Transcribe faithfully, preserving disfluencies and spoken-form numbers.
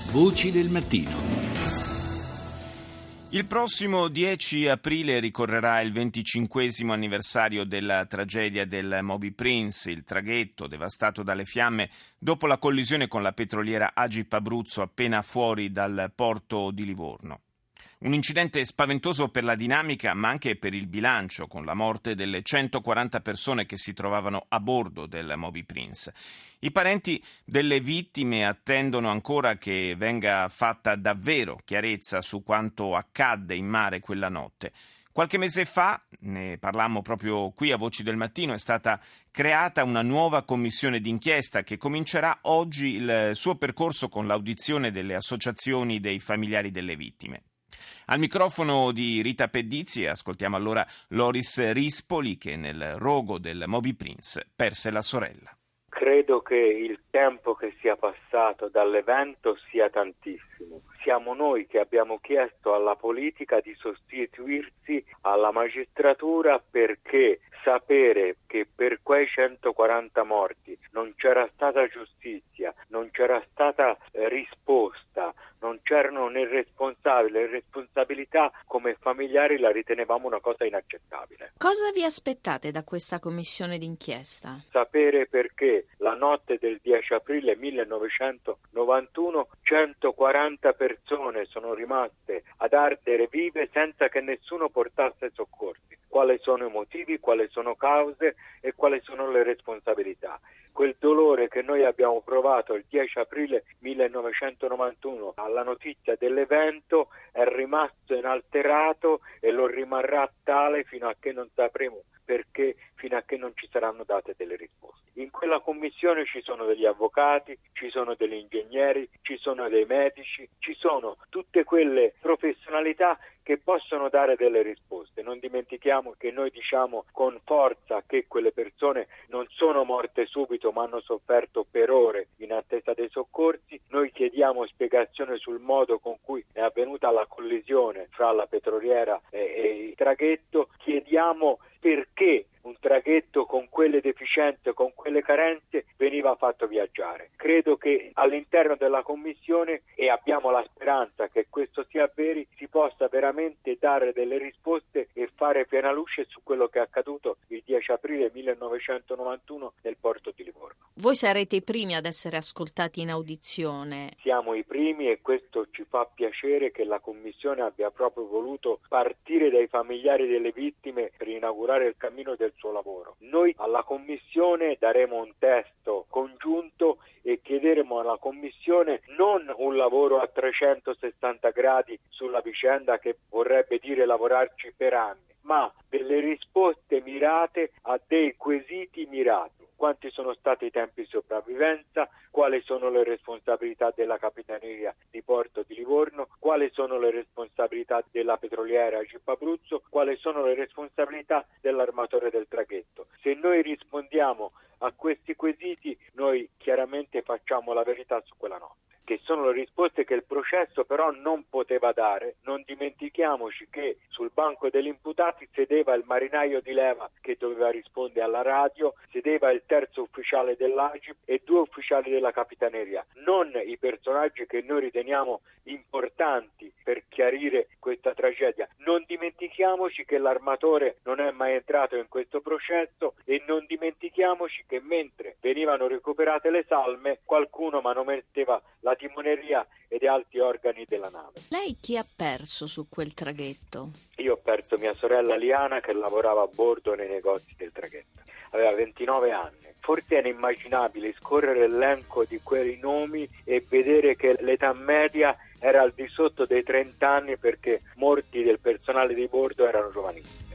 Voci del mattino. Il prossimo dieci aprile ricorrerà il venticinquesimo anniversario della tragedia del Moby Prince, il traghetto devastato dalle fiamme dopo la collisione con la petroliera Agip Abruzzo appena fuori dal porto di Livorno. Un incidente spaventoso per la dinamica ma anche per il bilancio, con la morte delle centoquaranta persone che si trovavano a bordo del Moby Prince. I parenti delle vittime attendono ancora che venga fatta davvero chiarezza su quanto accadde in mare quella notte. Qualche mese fa, ne parlammo proprio qui a Voci del Mattino, è stata creata una nuova commissione d'inchiesta che comincerà oggi il suo percorso con l'audizione delle associazioni dei familiari delle vittime. Al microfono di Rita Pedizzi ascoltiamo allora Loris Rispoli, che nel rogo del Moby Prince perse la sorella. Credo che il tempo che sia passato dall'evento sia tantissimo. Siamo noi che abbiamo chiesto alla politica di sostituirsi alla magistratura, perché sapere che per quei centoquaranta morti non c'era stata giustizia, non c'era stata eh, risposta, non c'erano né responsabili, le responsabilità, come familiari la ritenevamo una cosa inaccettabile. Cosa vi aspettate da questa commissione d'inchiesta? Sapere perché la notte del dieci aprile millenovecentonovantuno centoquaranta persone sono rimaste ad ardere vive senza che nessuno portasse soccorsi. Quali sono i motivi, quali sono cause e quali sono le responsabilità. Quel dolore che noi abbiamo provato il dieci aprile millenovecentonovantuno alla notizia dell'evento è rimasto inalterato e lo rimarrà tale fino a che non sapremo perché, fino a che non ci saranno date delle risposte. In quella commissione ci sono degli avvocati, ci sono degli ingegneri, ci sono dei medici, ci sono tutte quelle professionalità che possono dare delle risposte. Non dimentichiamo che noi diciamo con forza che quelle persone non sono morte subito ma hanno sofferto per ore in attesa dei soccorsi. Noi chiediamo spiegazione sul modo con cui è avvenuta la collisione fra la petroliera e, e il traghetto. Chiediamo perché un traghetto con quelle deficienze, con quelle carenze, veniva fatto viaggiare. Credo che all'interno della commissione, e abbiamo la speranza che questo sia vero, si possa veramente dare delle risposte e fare piena luce su quello che è accaduto il dieci aprile millenovecentonovantuno nel porto di Livorno. Voi sarete i primi ad essere ascoltati in audizione. Siamo i primi e questo ci fa piacere che la commissione abbia proprio voluto partire dai familiari delle vittime per inaugurare il cammino del suo lavoro. Noi alla commissione daremo un testo congiunto e chiederemo alla commissione non un lavoro a trecentosessanta gradi sulla vicenda che vorrebbe dire lavorarci per anni, ma delle risposte mirate a dei quesiti mirati. Quanti sono stati i tempi di sopravvivenza, quali sono le responsabilità della Capitaneria di Porto di Livorno, quali sono le responsabilità della petroliera Agip Abruzzo, quali sono le responsabilità dell'armatore del traghetto. Se noi rispondiamo a questi quesiti, noi chiaramente facciamo la verità su quella notte, che sono le risposte che il processo però non poteva dare. Non dimentichiamoci che sul banco degli imputati sedeva il marinaio di leva che doveva rispondere alla radio, sedeva il terzo ufficiale dell'Agip e due ufficiali della Capitaneria, non i personaggi che noi riteniamo importanti per chiarire questa tragedia. Non dimentichiamoci che l'armatore non è mai entrato in questo processo e non dimentichiamoci che mentre venivano recuperate le salme qualcuno manometteva la timoneria ed altri organi della nave. Lei chi ha perso su quel traghetto? Io ho perso mia sorella Liana, che lavorava a bordo nei negozi del traghetto. Aveva ventinove anni. Forse è inimmaginabile scorrere l'elenco di quei nomi e vedere che l'età media era al di sotto dei trenta anni, perché molti del personale di bordo erano giovanissimi.